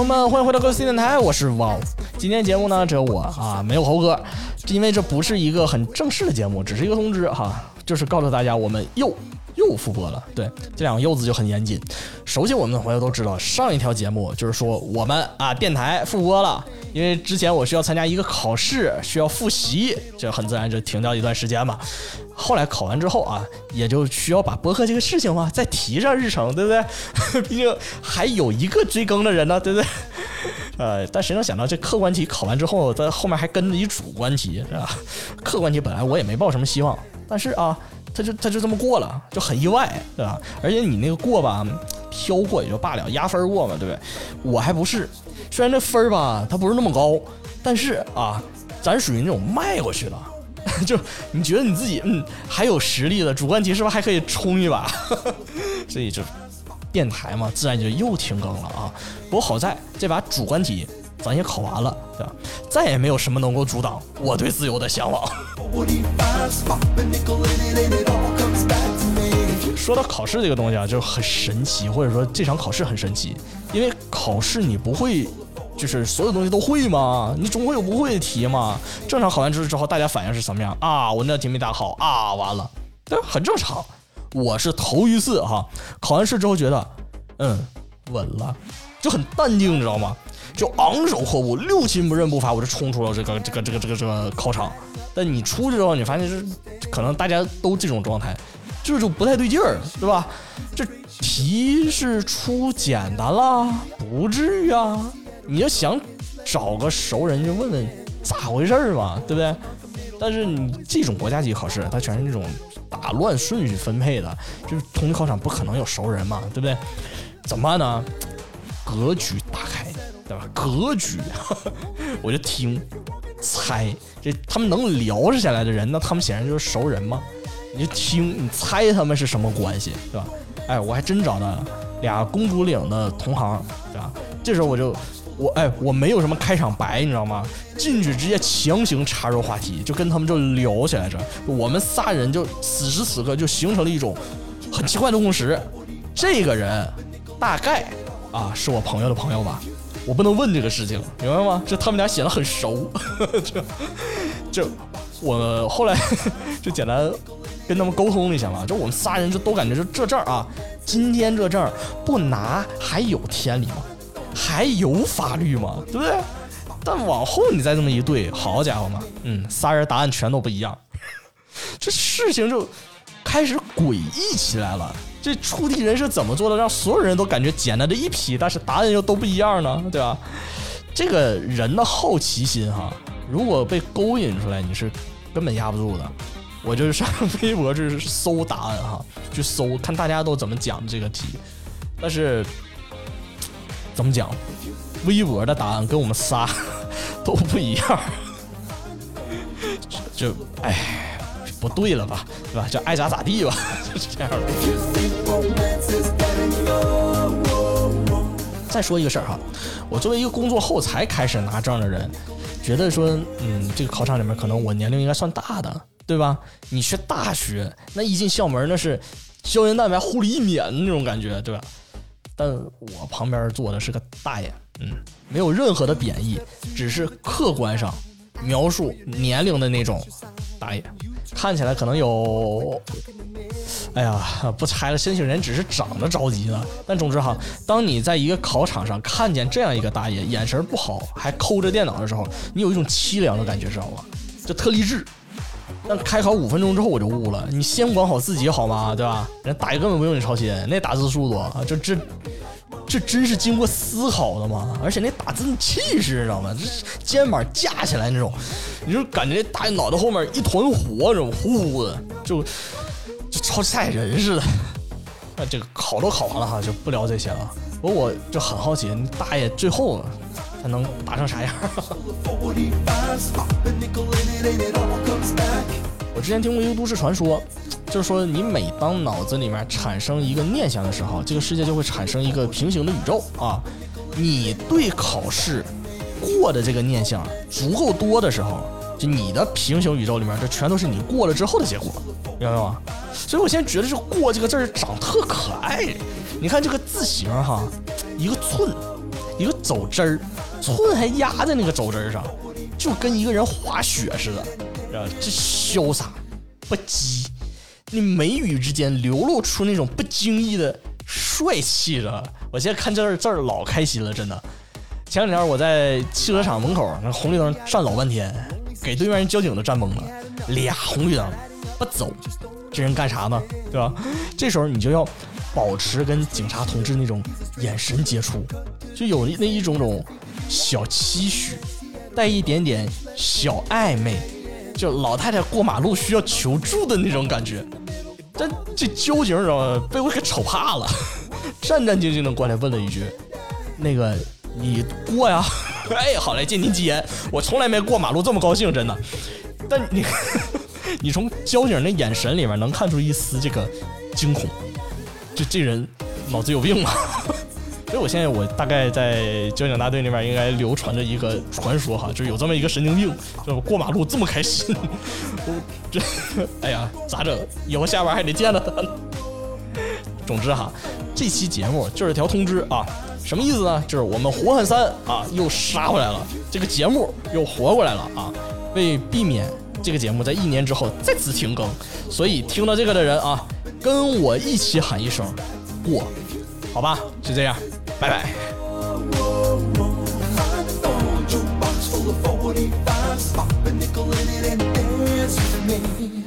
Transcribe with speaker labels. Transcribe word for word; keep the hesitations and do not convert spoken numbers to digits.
Speaker 1: 们，欢迎回到各位 C 电台，我是汪。今天节目呢，只有我啊，没有猴哥，因为这不是一个很正式的节目，只是一个通知哈，就是告诉大家我们又又复播了。对，这两个又字就很严谨。熟悉我们的朋友都知道，上一条节目就是说我们啊电台复播了，因为之前我需要参加一个考试，需要复习，这很自然就停掉一段时间嘛。后来考完之后啊，也就需要把播客这个事情嘛再提上日程，对不对？毕竟还有一个追更的人呢，对不对？呃，但谁能想到这客观题考完之后，在后面还跟着一主观题，是吧？客观题本来我也没抱什么希望，但是啊，他就他就这么过了，就很意外，对吧？而且你那个过吧，飘过也就罢了，压分过嘛，对不对？我还不是，虽然这分吧它不是那么高，但是啊，咱属于那种迈过去了。就你觉得你自己嗯还有实力的，主观题是不是还可以冲一把？所以就电台嘛，自然就又停更了啊。不过好在这把主观题咱也考完了，对吧？再也没有什么能够阻挡我对自由的向往。说到考试这个东西啊，就很神奇，或者说这场考试很神奇，因为考试你不会就是所有东西都会吗？你总会有不会的题嘛。正常考完之后大家反应是什么样啊？我那题没答好啊，完了，对，很正常。我是头一次哈，考完试之后觉得嗯稳了，就很淡定，你知道吗？就昂首阔步，六亲不认不罚，我就冲出了这个这个这个这个这个考场。但你出去之后，你发现是可能大家都这种状态，这就不太对劲儿，对吧？这题是出简单了，不至于啊。你就想找个熟人就问问咋回事嘛，对不对？但是你这种国家级考试，它全是那种打乱顺序分配的，就是统一考场不可能有熟人嘛，对不对？怎么办呢？格局打开，对吧？格局，我就听猜，这他们能聊着下来的人，那他们显然就是熟人嘛。你就听，你猜他们是什么关系，对吧？哎，我还真找到俩公主岭的同行，对吧？这时候我就。我哎，我没有什么开场白，你知道吗？进去直接强行插入话题，就跟他们就聊起来着。我们仨人就此时此刻就形成了一种很奇怪的共识。这个人大概啊是我朋友的朋友吧，我不能问这个事情，明白吗？这他们俩显得很熟，就就我后来就简单跟他们沟通了一下嘛，就我们仨人就都感觉就这证啊，今天这证不拿还有天理吗？还有法律吗？对不对？但往后你再这么一对，好家伙嘛，嗯，仨人答案全都不一样，这事情就开始诡异起来了。这出题人是怎么做的，让所有人都感觉简单的一批，但是答案又都不一样呢？对吧？这个人的好奇心哈，如果被勾引出来，你是根本压不住的。我就是上微博去搜答案哈，去搜看大家都怎么讲这个题，但是。怎么讲？微博的答案跟我们仨都不一样，就哎不对了吧，对吧？就爱咋咋地吧，就是这样的。再说一个事儿哈，我作为一个工作后才开始拿证的人，觉得说，嗯，这个考场里面可能我年龄应该算大的，对吧？你学大学，那一进校门那是胶原蛋白护了一年那种感觉，对吧？但我旁边坐的是个大爷，嗯，没有任何的贬义，只是客观上描述年龄的那种大爷，看起来可能有，哎呀，不拆了，申请人只是长得着急了。但总之哈，当你在一个考场上看见这样一个大爷，眼神不好，还抠着电脑的时候，你有一种凄凉的感觉，知道吗？就特励志。但开考五分钟之后我就悟了，你先管好自己好吗？对吧？人大爷根本不用你操心，那打字速度啊，就这这真是经过思考的嘛。而且那打字气势，知道吗？这肩膀架起来那种，你就感觉大爷脑袋后面一团火，这种呼呼的，就就超级赛人似的。那这个考都考完了哈，就不聊这些了。不过我就很好奇，大爷最后他能打成啥样？我之前听过一个都市传说，就是说你每当脑子里面产生一个念想的时候，这个世界就会产生一个平行的宇宙啊。你对考试过的这个念想足够多的时候，就你的平行宇宙里面，这全都是你过了之后的结果，明白吗？所以我现在觉得这过这个字儿长特可爱。你看这个字形哈，一个寸一个走针儿，寸还压在那个走针上，就跟一个人滑雪似的，这潇洒不羁，你眉宇之间流露出那种不经意的帅气着。我现在看这儿这儿老开心了，真的。前两天我在汽车厂门口，那红绿灯站老半天，给对面人交警都站懵了，俩红绿灯不走，这人干啥呢？对吧？这时候你就要保持跟警察同志那种眼神接触，就有那一种种小期许，带一点点小暧昧，就老太太过马路需要求助的那种感觉。但这交警知道吗？被我给瞅怕了，战战兢兢的过来问了一句：“那个你过呀？”哎，好嘞，借您吉言，我从来没过马路这么高兴，真的。但你你从交警那眼神里面能看出一丝这个惊恐，就这人脑子有病吗？所以我现在我大概在交警大队那边应该流传着一个传说哈，就是有这么一个神经病，就过马路这么开心。我这哎呀咋整？以后下班还得见到他。总之哈，这期节目就是条通知啊，什么意思呢？就是我们活恨三啊又杀回来了，这个节目又活过来了啊。为避免这个节目在一年之后再次停更，所以听到这个的人啊，跟我一起喊一声过，好吧？就这样，拜拜。
Speaker 2: forty-five, pop a nickel in it and dance with me.